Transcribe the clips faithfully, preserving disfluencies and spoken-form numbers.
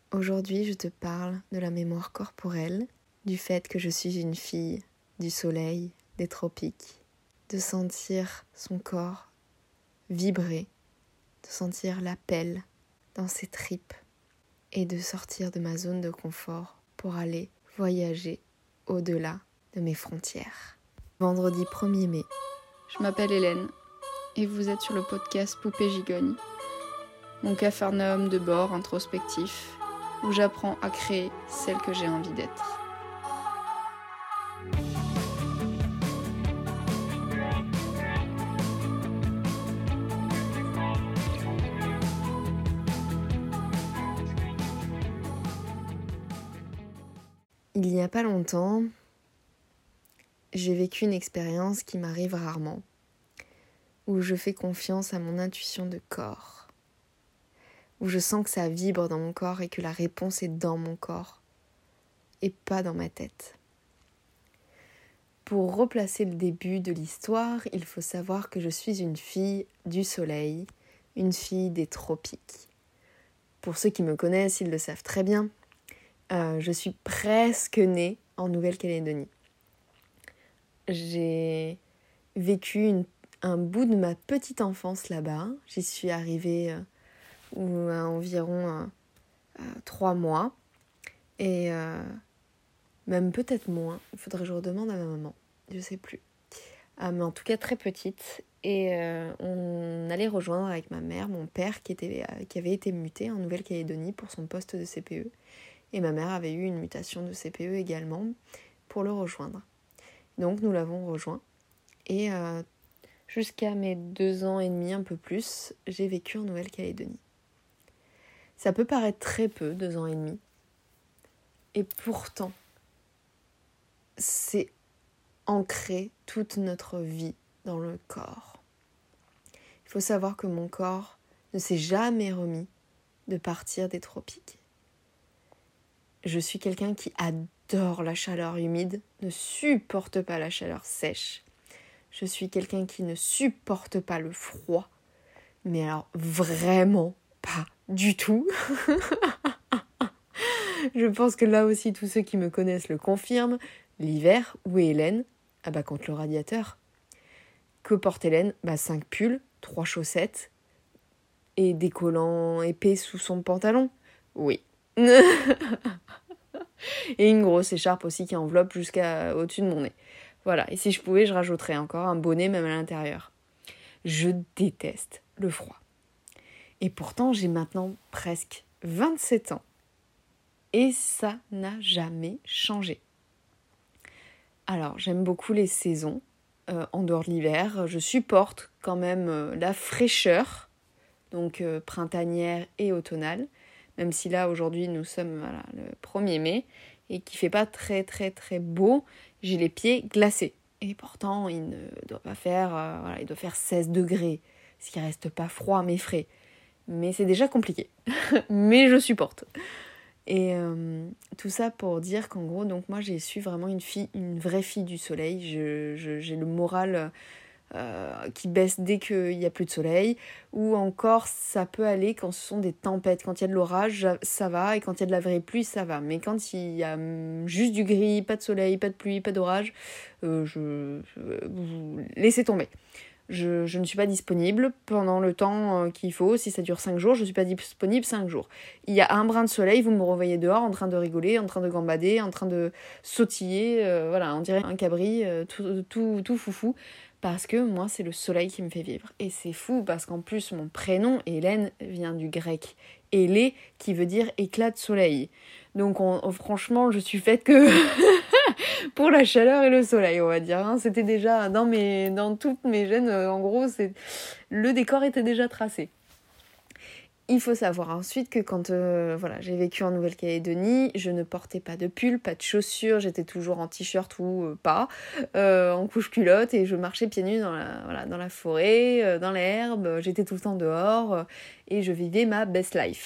Aujourd'hui, je te parle de la mémoire corporelle, du fait que je suis une fille du soleil, des tropiques, de sentir son corps vibrer, de sentir l'appel dans ses tripes et de sortir de ma zone de confort pour aller voyager au-delà de mes frontières. Vendredi premier mai. Je m'appelle Hélène et vous êtes sur le podcast Poupée Gigogne, mon capharnaüm de bord introspectif où j'apprends à créer celle que j'ai envie d'être. Il n'y a pas longtemps, j'ai vécu une expérience qui m'arrive rarement, où je fais confiance à mon intuition de corps, où je sens que ça vibre dans mon corps et que la réponse est dans mon corps et pas dans ma tête. Pour replacer le début de l'histoire, il faut savoir que je suis une fille du soleil, une fille des tropiques. Pour ceux qui me connaissent, ils le savent très bien. Euh, je suis presque née en Nouvelle-Calédonie. J'ai vécu une, un bout de ma petite enfance là-bas. J'y suis arrivée euh, à environ euh, euh, trois mois. Et euh, même peut-être moins. Il faudrait que je redemande à ma maman. Je ne sais plus. Euh, mais en tout cas très petite. Et euh, on allait rejoindre avec ma mère mon père qui, était, euh, qui avait été muté en Nouvelle-Calédonie pour son poste de C P E. Et ma mère avait eu une mutation de C P E également pour le rejoindre. Donc nous l'avons rejoint. Et euh, jusqu'à mes deux ans et demi, un peu plus, j'ai vécu en Nouvelle-Calédonie. Ça peut paraître très peu, deux ans et demi. Et pourtant, c'est ancré toute notre vie dans le corps. Il faut savoir que mon corps ne s'est jamais remis de partir des tropiques. Je suis quelqu'un qui adore la chaleur humide, ne supporte pas la chaleur sèche. Je suis quelqu'un qui ne supporte pas le froid, mais alors vraiment pas du tout. Je pense que là aussi, tous ceux qui me connaissent le confirment. L'hiver, où est Hélène ? Ah bah contre le radiateur. Que porte Hélène ? Bah cinq pulls, trois chaussettes et des collants épais sous son pantalon. Oui. Et une grosse écharpe aussi qui enveloppe jusqu'à au-dessus de mon nez. Voilà, et si je pouvais, je rajouterais encore un bonnet même à l'intérieur. Je déteste le froid. Et pourtant, j'ai maintenant presque vingt-sept ans. Et ça n'a jamais changé. Alors, j'aime beaucoup les saisons. Euh, en dehors de l'hiver, je supporte quand même euh, la fraîcheur, donc euh, printanière et automnale. Même si là, aujourd'hui, nous sommes voilà, le premier mai et qu'il ne fait pas très, très, très beau, j'ai les pieds glacés. Et pourtant, il ne doit pas faire, euh, voilà, il doit faire seize degrés, ce qui ne reste pas froid, mais frais. Mais c'est déjà compliqué. Mais je supporte. Et euh, tout ça pour dire qu'en gros, donc moi, j'ai su vraiment une fille, une vraie fille du soleil. Je, je, j'ai le moral... Euh, qui baisse dès qu'il n'y a plus de soleil, ou encore ça peut aller quand ce sont des tempêtes, quand il y a de l'orage ça va, et quand il y a de la vraie pluie ça va, mais quand il y a juste du gris, pas de soleil, pas de pluie, pas d'orage, euh, je, je vous laissez tomber. Je, je ne suis pas disponible pendant le temps euh, qu'il faut. Si ça dure cinq jours, je ne suis pas disponible cinq jours. Il y a un brin de soleil, vous me revoyez dehors en train de rigoler, en train de gambader, en train de sautiller, euh, voilà, on dirait un cabri, euh, tout, tout, tout foufou. Parce que moi, c'est le soleil qui me fait vivre. Et c'est fou parce qu'en plus, mon prénom, Hélène, vient du grec. Hélé, qui veut dire éclat de soleil. Donc on, on, franchement, je suis faite que pour la chaleur et le soleil, on va dire. Hein. C'était déjà dans, mes, dans toutes mes gènes, euh, en gros, c'est, le décor était déjà tracé. Il faut savoir ensuite que quand euh, voilà, j'ai vécu en Nouvelle-Calédonie, je ne portais pas de pull, pas de chaussures, j'étais toujours en t-shirt ou euh, pas, euh, en couche-culotte, et je marchais pieds nus dans la, voilà, dans la forêt, euh, dans l'herbe, j'étais tout le temps dehors, euh, et je vivais ma best life.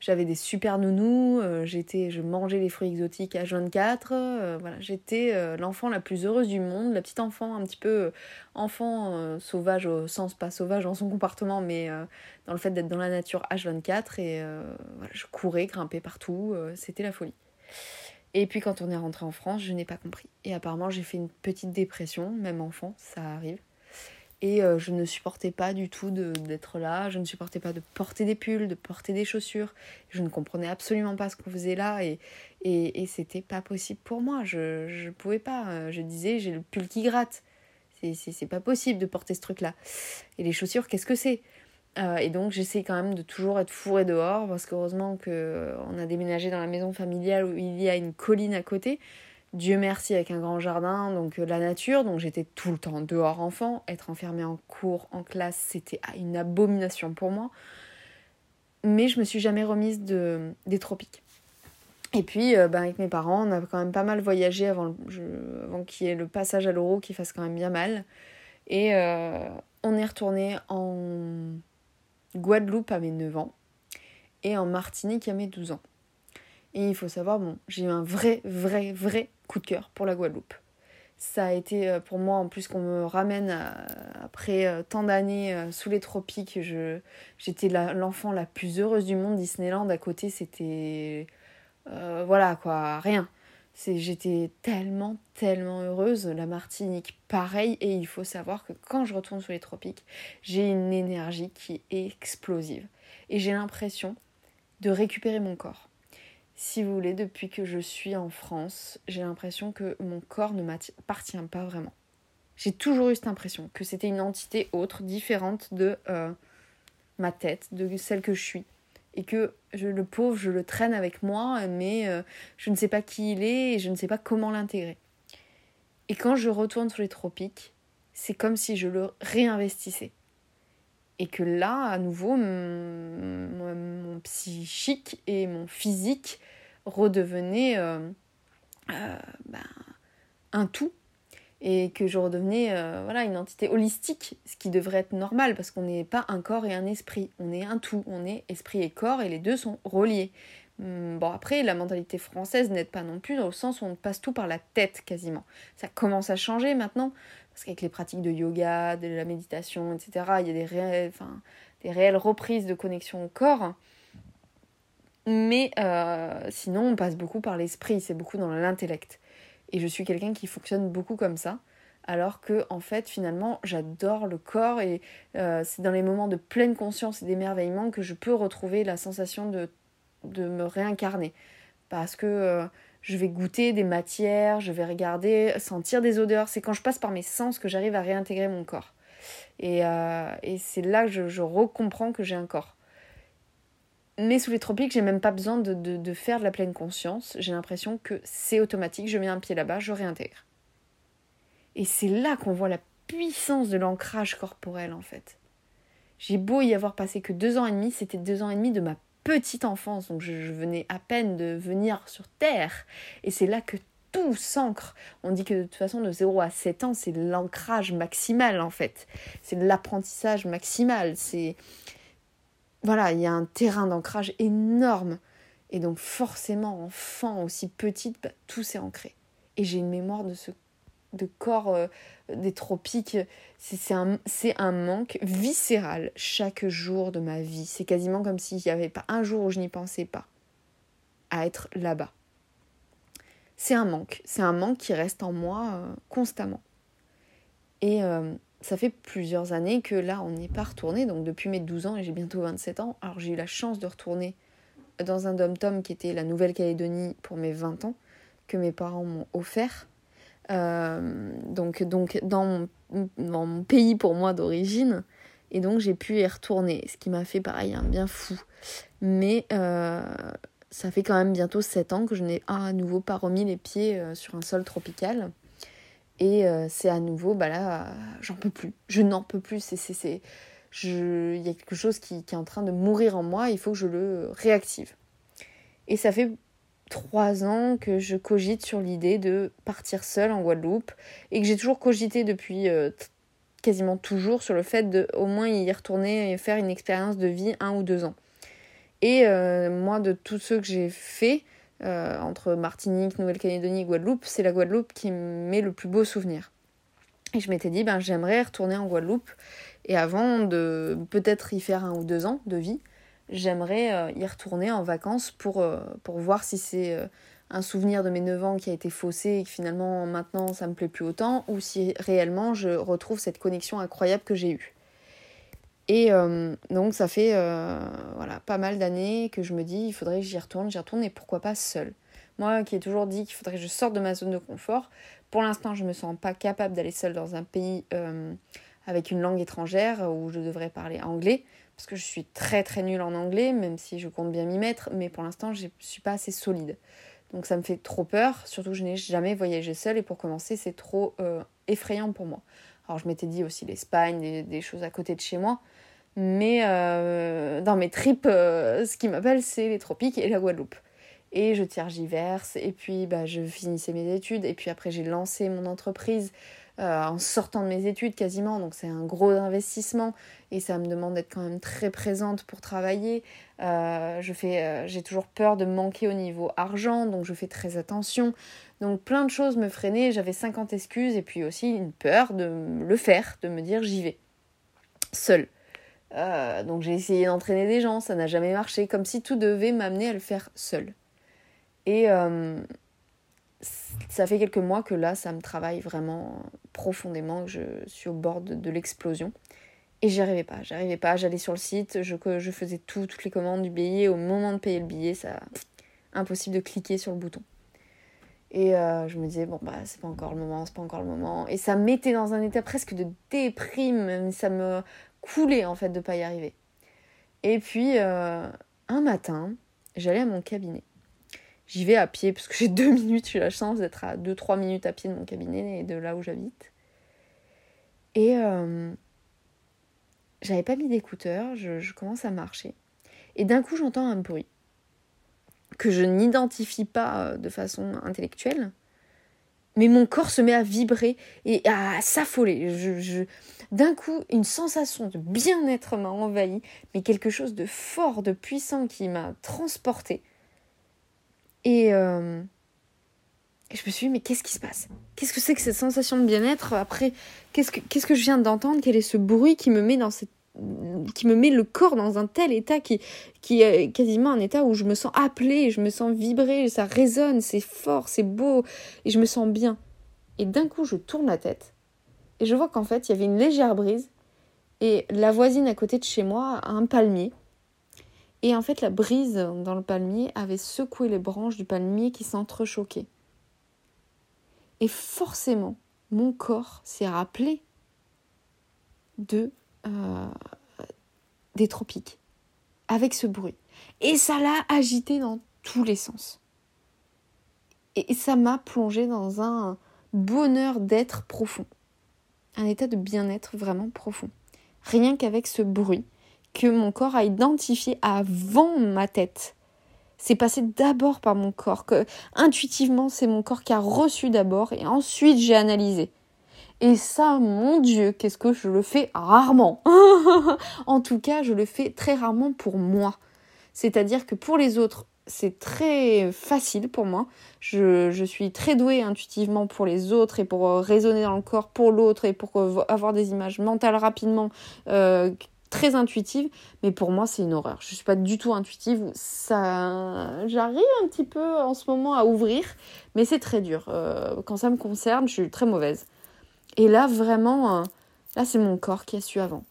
j'avais des super nounous, euh, j'étais, je mangeais les fruits exotiques H vingt-quatre, euh, voilà, j'étais euh, l'enfant la plus heureuse du monde, la petite enfant un petit peu euh, enfant euh, sauvage au sens pas sauvage dans son comportement, mais euh, dans le fait d'être dans la nature H vingt-quatre, et euh, voilà, je courais, grimpais partout, euh, c'était la folie. Et puis quand on est rentré en France, je n'ai pas compris. Et apparemment j'ai fait une petite dépression, même enfant, ça arrive. Et euh, je ne supportais pas du tout de, d'être là, je ne supportais pas de porter des pulls, de porter des chaussures. Je ne comprenais absolument pas ce qu'on faisait là et, et, et c'était pas possible pour moi. Je ne pouvais pas. Je disais, j'ai le pull qui gratte. C'est, c'est, c'est pas possible de porter ce truc-là. Et les chaussures, qu'est-ce que c'est ? euh, Et donc j'essaie quand même de toujours être fourrée dehors parce qu'heureusement qu'on a déménagé dans la maison familiale où il y a une colline à côté. Dieu merci, avec un grand jardin, donc euh, la nature, donc j'étais tout le temps dehors enfant. Être enfermée en cours, en classe, c'était une abomination pour moi. Mais je me suis jamais remise de, des tropiques. Et puis, euh, ben, avec mes parents, on a quand même pas mal voyagé avant, le, je, avant qu'il y ait le passage à l'euro qui fasse quand même bien mal. Et euh, on est retourné en Guadeloupe à mes neuf ans et en Martinique à mes douze ans. Et il faut savoir, bon, j'ai eu un vrai, vrai, vrai coup de cœur pour la Guadeloupe. Ça a été pour moi, en plus qu'on me ramène à, après euh, tant d'années euh, sous les tropiques, je, j'étais la, l'enfant la plus heureuse du monde. Disneyland à côté, c'était... Euh, voilà quoi, rien. C'est, j'étais tellement, tellement heureuse. La Martinique, pareil. Et il faut savoir que quand je retourne sous les tropiques, j'ai une énergie qui est explosive. Et j'ai l'impression de récupérer mon corps. Si vous voulez, depuis que je suis en France, j'ai l'impression que mon corps ne m'appartient pas vraiment. J'ai toujours eu cette impression que c'était une entité autre, différente de euh, ma tête, de celle que je suis. Et que je, le pauvre, je le traîne avec moi, mais euh, je ne sais pas qui il est et je ne sais pas comment l'intégrer. Et quand je retourne sur les tropiques, c'est comme si je le réinvestissais. Et que là, à nouveau, mon, mon, mon psychique et mon physique redevenaient euh, euh, ben, un tout. Et que je redevenais euh, voilà, une entité holistique, ce qui devrait être normal, parce qu'on n'est pas un corps et un esprit. On est un tout, on est esprit et corps, et les deux sont reliés. Bon, après, la mentalité française n'aide pas non plus, dans le sens où on passe tout par la tête, quasiment. Ça commence à changer maintenant, parce qu'avec les pratiques de yoga, de la méditation, et cetera, il y a des réelles, enfin, des réelles reprises de connexion au corps. Mais euh, sinon, on passe beaucoup par l'esprit, c'est beaucoup dans l'intellect. Et je suis quelqu'un qui fonctionne beaucoup comme ça, alors que, en fait, finalement, j'adore le corps, et euh, c'est dans les moments de pleine conscience et d'émerveillement que je peux retrouver la sensation de de me réincarner, parce que euh, je vais goûter des matières, je vais regarder, sentir des odeurs. C'est quand je passe par mes sens que j'arrive à réintégrer mon corps, et, euh, et c'est là que je, je recomprends que j'ai un corps. Mais sous les tropiques, j'ai même pas besoin de, de, de faire de la pleine conscience. J'ai l'impression que c'est automatique, je mets un pied là-bas, je réintègre. Et c'est là qu'on voit la puissance de l'ancrage corporel, en fait. J'ai beau y avoir passé que deux ans et demi, c'était deux ans et demi de ma petite enfance, donc je, je venais à peine de venir sur Terre, et c'est là que tout s'ancre. On dit que de toute façon de zéro à sept ans, c'est l'ancrage maximal en fait, c'est l'apprentissage maximal, c'est... Voilà, il y a un terrain d'ancrage énorme, et donc forcément, enfant aussi petite, bah, tout s'est ancré. Et j'ai une mémoire de ce de corps euh, des tropiques, c'est, c'est, un, c'est un manque viscéral chaque jour de ma vie. C'est quasiment comme s'il n'y avait pas un jour où je n'y pensais pas à être là-bas. C'est un manque, c'est un manque qui reste en moi euh, constamment. Et euh, ça fait plusieurs années que là, on n'y est pas retourné, donc depuis mes douze ans, et j'ai bientôt vingt-sept ans, alors j'ai eu la chance de retourner dans un dom-tom qui était la Nouvelle-Calédonie pour mes vingt ans, que mes parents m'ont offert. Euh, donc, donc dans, mon, dans mon pays pour moi d'origine, et donc j'ai pu y retourner, ce qui m'a fait pareil un bien fou, mais euh, ça fait quand même bientôt sept ans que je n'ai à nouveau pas remis les pieds euh, sur un sol tropical, et euh, c'est à nouveau, bah là, euh, j'en peux plus, je n'en peux plus, c'est, c'est, c'est, je, y a quelque chose qui, qui est en train de mourir en moi, il faut que je le réactive. Et ça fait trois ans que je cogite sur l'idée de partir seule en Guadeloupe, et que j'ai toujours cogité depuis euh, t- quasiment toujours sur le fait de au moins y retourner et faire une expérience de vie un ou deux ans. Et euh, moi, de tous ceux que j'ai faits, euh, entre Martinique, Nouvelle-Calédonie et Guadeloupe, c'est la Guadeloupe qui m'est le plus beau souvenir. Et je m'étais dit, ben, j'aimerais retourner en Guadeloupe. Et avant de peut-être y faire un ou deux ans de vie, j'aimerais euh, y retourner en vacances pour, euh, pour voir si c'est euh, un souvenir de mes neuf ans qui a été faussé et que finalement maintenant ça me plaît plus autant, ou si réellement je retrouve cette connexion incroyable que j'ai eue. Et euh, donc ça fait euh, voilà, pas mal d'années que je me dis, il faudrait que j'y retourne, j'y retourne et pourquoi pas seule. Moi qui ai toujours dit qu'il faudrait que je sorte de ma zone de confort, pour l'instant je me sens pas capable d'aller seule dans un pays euh, avec une langue étrangère où je devrais parler anglais, parce que je suis très très nulle en anglais, même si je compte bien m'y mettre, mais pour l'instant je suis pas assez solide. Donc ça me fait trop peur, surtout que je n'ai jamais voyagé seule et pour commencer c'est trop euh, effrayant pour moi. Alors je m'étais dit aussi l'Espagne, des, des choses à côté de chez moi, mais euh, dans mes tripes, euh, ce qui m'appelle c'est les tropiques et la Guadeloupe. Et je tergiverse, et puis bah, je finissais mes études, et puis après j'ai lancé mon entreprise euh, en sortant de mes études quasiment, donc c'est un gros investissement, et ça me demande d'être quand même très présente pour travailler. Euh, je fais, euh, j'ai toujours peur de manquer au niveau argent, donc je fais très attention. Donc plein de choses me freinaient, j'avais cinquante excuses, et puis aussi une peur de le faire, de me dire j'y vais, seule. Euh, donc j'ai essayé d'entraîner des gens, ça n'a jamais marché, comme si tout devait m'amener à le faire seule. Et euh, ça fait quelques mois que là, ça me travaille vraiment profondément, que je suis au bord de, de l'explosion. Et j'y arrivais pas, j'y arrivais pas, j'allais sur le site, je, je faisais tout, toutes les commandes du billet, au moment de payer le billet, ça impossible de cliquer sur le bouton. Et euh, je me disais, bon, bah, c'est pas encore le moment, c'est pas encore le moment. Et ça me mettait dans un état presque de déprime, ça me coulait en fait de pas y arriver. Et puis, euh, un matin, j'allais à mon cabinet. J'y vais à pied parce que j'ai deux minutes, j'ai la chance d'être à deux trois minutes à pied de mon cabinet et de là où j'habite. Et euh, j'avais pas mis d'écouteurs, je, je commence à marcher. Et d'un coup, j'entends un bruit que je n'identifie pas de façon intellectuelle. Mais mon corps se met à vibrer et à s'affoler. Je, je... D'un coup, une sensation de bien-être m'a envahi, mais quelque chose de fort, de puissant qui m'a transportée. Et, euh, et je me suis dit, mais qu'est-ce qui se passe ? Qu'est-ce que c'est que cette sensation de bien-être ? Après, qu'est-ce que, qu'est-ce que je viens d'entendre ? Quel est ce bruit qui me met dans cette, qui me met le corps dans un tel état qui, qui est quasiment un état où je me sens appelée, je me sens vibrer, ça résonne, c'est fort, c'est beau, et je me sens bien. Et d'un coup, je tourne la tête, et je vois qu'en fait, il y avait une légère brise, et la voisine à côté de chez moi a un palmier. Et en fait, la brise dans le palmier avait secoué les branches du palmier qui s'entrechoquaient. Et forcément, mon corps s'est rappelé de, euh, des tropiques, avec ce bruit. Et ça l'a agité dans tous les sens. Et ça m'a plongé dans un bonheur d'être profond. Un état de bien-être vraiment profond. Rien qu'avec ce bruit que mon corps a identifié avant ma tête. C'est passé d'abord par mon corps, que intuitivement c'est mon corps qui a reçu d'abord et ensuite j'ai analysé. Et ça, mon Dieu, qu'est-ce que je le fais rarement. En tout cas, je le fais très rarement pour moi. C'est-à-dire que pour les autres, c'est très facile pour moi. Je, je suis très douée intuitivement pour les autres et pour euh, raisonner dans le corps pour l'autre et pour euh, avoir des images mentales rapidement euh, très intuitive, mais pour moi c'est une horreur. Je suis pas du tout intuitive, ça, j'arrive un petit peu en ce moment à ouvrir, mais c'est très dur. Euh, quand ça me concerne, je suis très mauvaise. Et là vraiment, euh, là c'est mon corps qui a su avant.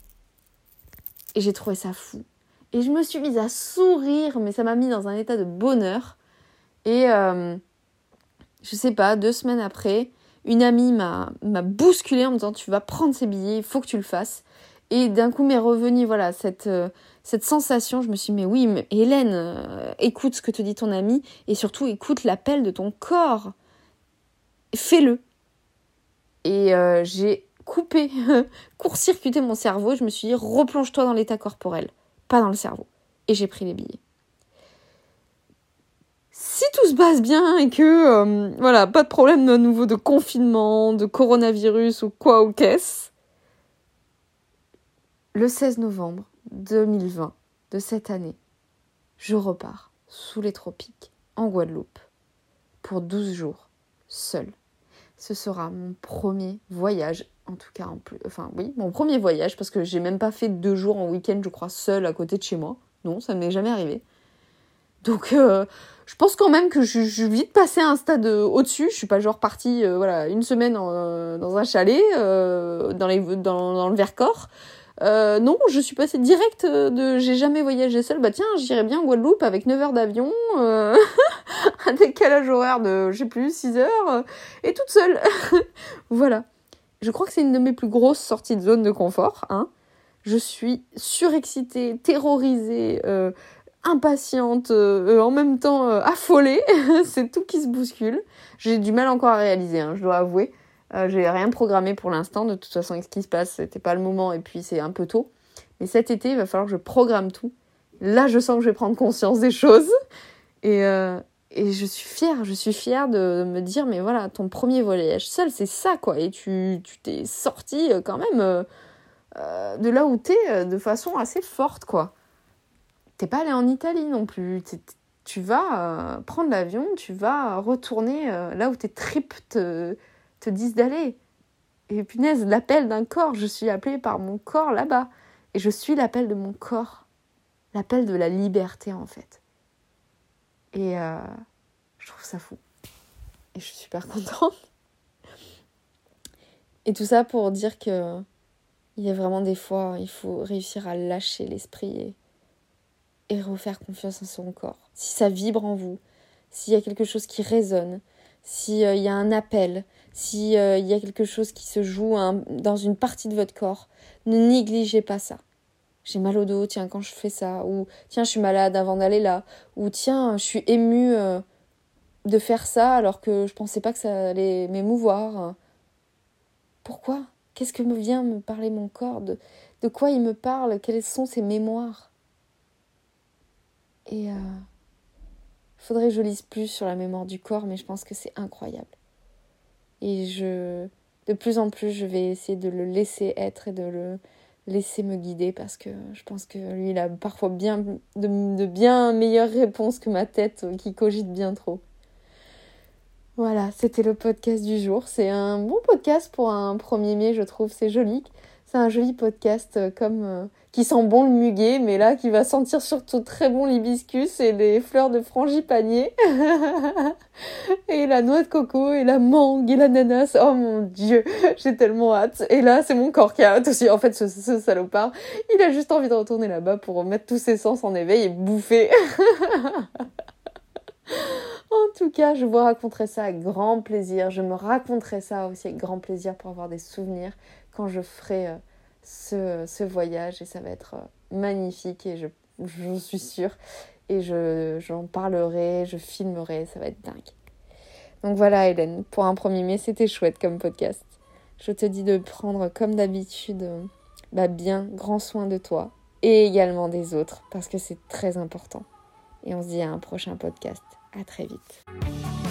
Et j'ai trouvé ça fou. Et je me suis mise à sourire, mais ça m'a mis dans un état de bonheur. Et euh, je sais pas, deux semaines après, une amie m'a, m'a bousculée en me disant tu vas prendre ces billets, il faut que tu le fasses. Et d'un coup m'est revenue voilà, cette, euh, cette sensation, je me suis dit, mais oui, mais Hélène, euh, écoute ce que te dit ton ami, et surtout écoute l'appel de ton corps. Fais-le. Et euh, j'ai coupé, court-circuité mon cerveau, je me suis dit, replonge-toi dans l'état corporel, pas dans le cerveau. Et j'ai pris les billets. Si tout se passe bien et que, euh, voilà, pas de problème de nouveau de confinement, de coronavirus ou quoi ou qu'est-ce, le seize novembre deux mille vingt de cette année, je repars sous les tropiques, en Guadeloupe, pour douze jours, seule. Ce sera mon premier voyage, en tout cas, en plus, enfin oui, mon premier voyage, parce que j'ai même pas fait deux jours en week-end, je crois, seule à côté de chez moi. Non, ça ne m'est jamais arrivé. Donc, euh, je pense quand même que je, je suis vite passée à un stade euh, au-dessus. Je suis pas genre partie euh, voilà, une semaine en, euh, dans un chalet, euh, dans, les, dans, dans le Vercors. Euh, non, je suis passée direct euh, de j'ai jamais voyagé seule. Bah tiens, j'irais bien en Guadeloupe avec neuf heures d'avion, euh, un décalage horaire de, je sais plus, six heures, euh, et toute seule. Voilà. Je crois que c'est une de mes plus grosses sorties de zone de confort. Hein. Je suis surexcitée, terrorisée, euh, impatiente, euh, en même temps euh, affolée. C'est tout qui se bouscule. J'ai du mal encore à réaliser, hein, je dois avouer. Euh, j'ai rien programmé pour l'instant. De toute façon, avec ce qui se passe, c'était pas le moment et puis c'est un peu tôt. Mais cet été, il va falloir que je programme tout. Là, je sens que je vais prendre conscience des choses. Et, euh, et je suis fière. Je suis fière de, de me dire, mais voilà, ton premier voyage seul, c'est ça, quoi. Et tu, tu t'es sortie quand même euh, euh, de là où t'es euh, de façon assez forte, quoi. T'es pas allée en Italie non plus. T'es, tu vas euh, prendre l'avion, tu vas retourner euh, là où tes tripes te, te disent d'aller. Et punaise, l'appel d'un corps, je suis appelée par mon corps là-bas. Et je suis l'appel de mon corps. L'appel de la liberté, en fait. Et euh, je trouve ça fou. Et je suis super contente. Et tout ça pour dire que il y a vraiment des fois, il faut réussir à lâcher l'esprit et et refaire confiance en son corps. Si ça vibre en vous, s'il y a quelque chose qui résonne, s'il euh, y a un appel, s'il euh, y a quelque chose qui se joue un, dans une partie de votre corps, ne négligez pas ça. J'ai mal au dos, tiens, quand je fais ça, ou tiens, je suis malade avant d'aller là, ou tiens, je suis émue euh, de faire ça alors que je pensais pas que ça allait m'émouvoir. Pourquoi ? Qu'est-ce que me vient me parler mon corps ? De, de quoi il me parle ? Quelles sont ses mémoires ? Et il euh, faudrait que je lise plus sur la mémoire du corps, mais je pense que c'est incroyable. Et je, de plus en plus, je vais essayer de le laisser être et de le laisser me guider, parce que je pense que lui, il a parfois bien de, de bien meilleures réponses que ma tête qui cogite bien trop. Voilà, c'était le podcast du jour. C'est un bon podcast pour un premier mai, je trouve. C'est joli. C'est un joli podcast euh, comme euh, qui sent bon le muguet, mais là qui va sentir surtout très bon l'hibiscus et les fleurs de frangipanier et la noix de coco et la mangue et l'ananas. Oh mon Dieu, j'ai tellement hâte. Et là, c'est mon corps qui a hâte aussi. En fait, ce, ce salopard, il a juste envie de retourner là-bas pour mettre tous ses sens en éveil et bouffer. En tout cas, je vous raconterai ça avec grand plaisir. Je me raconterai ça aussi avec grand plaisir pour avoir des souvenirs quand je ferai euh, ce, ce voyage. Et ça va être euh, magnifique et je, j'en suis sûre. Et je, j'en parlerai, je filmerai, ça va être dingue. Donc voilà Hélène, pour un premier mai, c'était chouette comme podcast. Je te dis de prendre comme d'habitude euh, bah bien grand soin de toi et également des autres parce que c'est très important. Et on se dit à un prochain podcast. À très vite.